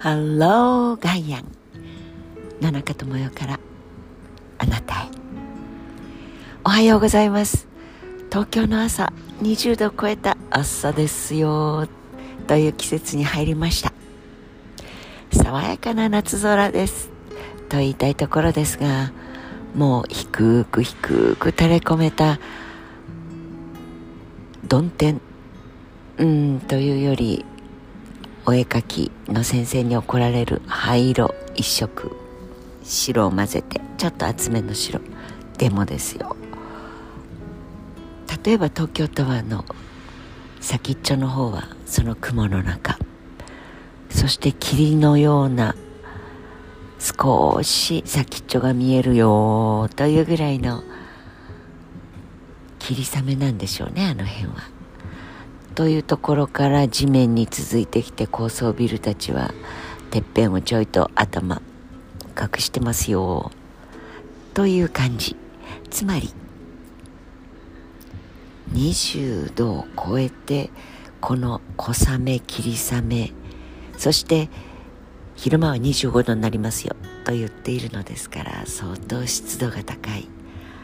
ハローガイアン、野中智代からあなたへ。おはようございます。東京の朝20度を超えた朝ですよという季節に入りました。爽やかな夏空ですと言いたいところですが、もう低く垂れ込めた曇天というより、お絵描きの先生に怒られる灰色一色、白を混ぜてちょっと厚めの白でもですよ。例えば東京タワーの先っちょの方はその雲の中、そして霧のような少し先っちょが見えるよというぐらいの霧雨なんでしょうね、あの辺は。というところから地面に続いてきて、高層ビルたちはてっぺんをちょいと頭隠してますよという感じ。つまり20度を超えて、この小雨霧雨、そして昼間は25度になりますよと言っているのですから、相当湿度が高い。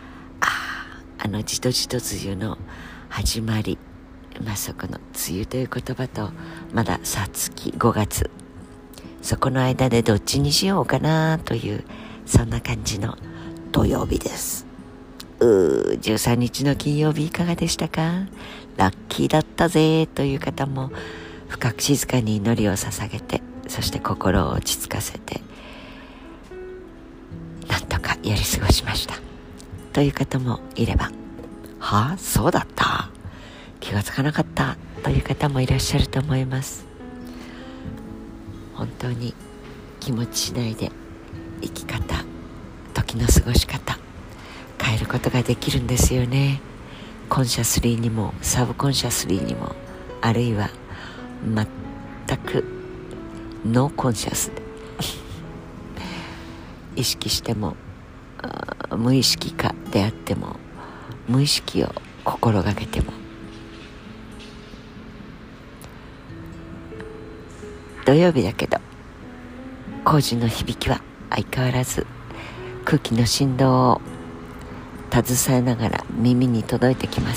じとじと梅雨の始まり、そこの梅雨という言葉と、まださつき5月、そこの間でどっちにしようかなという、そんな感じの土曜日です。13日の金曜日いかがでしたか？ラッキーだったぜという方も、深く静かに祈りを捧げて、そして心を落ち着かせて、なんとかやり過ごしましたという方もいれば、そうだった、気がつかなかったという方もいらっしゃると思います。本当に気持ち次第で生き方、時の過ごし方変えることができるんですよね。コンシャスリーにもサブコンシャスリーにも、あるいは全くノーコンシャスで意識しても無意識化であっても、無意識を心がけても、土曜日だけど工事の響きは相変わらず空気の振動を携えながら耳に届いてきます。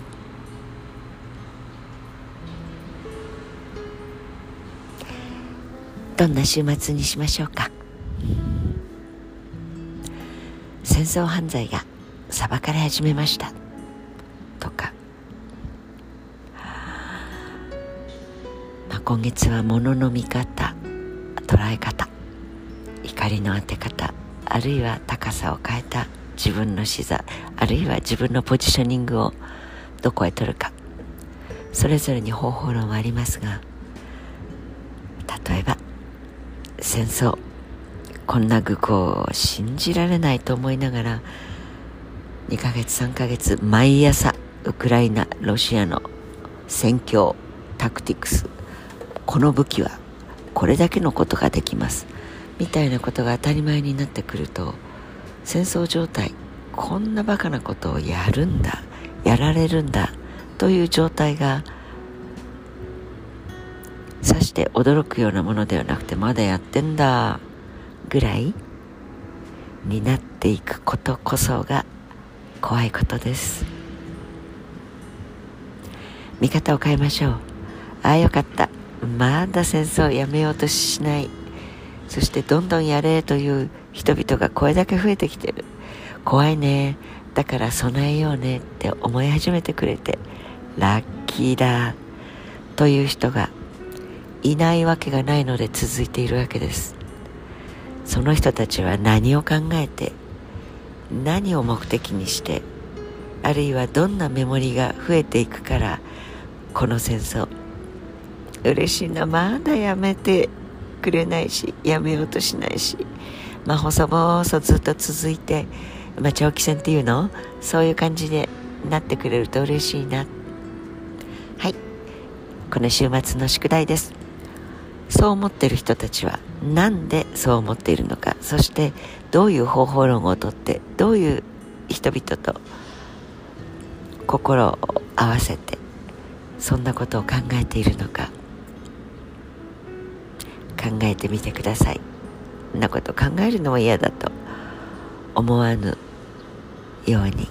どんな週末にしましょうか。戦争犯罪が裁かれ始めましたとか、今月は物の見方、捉え方、怒りの当て方、あるいは高さを変えた自分の視座、あるいは自分のポジショニングをどこへ取るか、それぞれに方法論はありますが、例えば戦争、こんな愚行を信じられないと思いながら2ヶ月3ヶ月毎朝ウクライナロシアの戦況タクティクス、この武器はこれだけのことができますみたいなことが当たり前になってくると、戦争状態、こんなバカなことをやるんだ、やられるんだという状態がさして驚くようなものではなくて、まだやってんだぐらいになっていくことこそが怖いことです。見方を変えましょう。よかった、まだ戦争やめようとしない、そしてどんどんやれという人々がこれだけ増えてきてる、怖いね、だから備えようねって思い始めてくれてラッキーだという人がいないわけがないので続いているわけです。その人たちは何を考えて、何を目的にして、あるいはどんなメモリが増えていくから、この戦争嬉しいな、まだやめてくれないし、やめようとしないし、細々ずっと続いて、長期戦っていうの、そういう感じでなってくれると嬉しいな。はい、この週末の宿題です。そう思っている人たちはなんでそう思っているのか、そしてどういう方法論をとって、どういう人々と心を合わせてそんなことを考えているのか、考えてみてください。そんなこと考えるのも嫌だと思わぬように。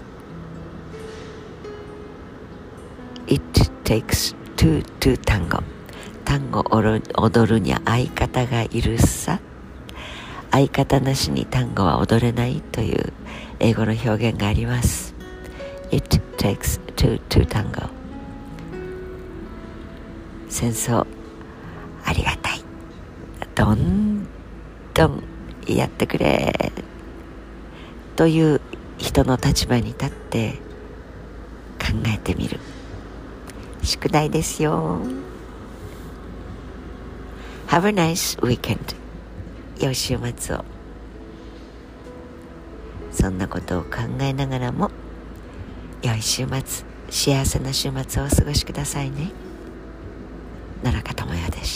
It takes two to tango。 単語を踊るには相方がいるさ。相方なしに単語は踊れないという英語の表現があります。 It takes two to tango。 戦争ありがたい、どんどんやってくれという人の立場に立って考えてみる宿題ですよ。 Have a nice weekend。 良い週末を。そんなことを考えながらも良い週末、幸せな週末をお過ごしくださいね。野中智也でした。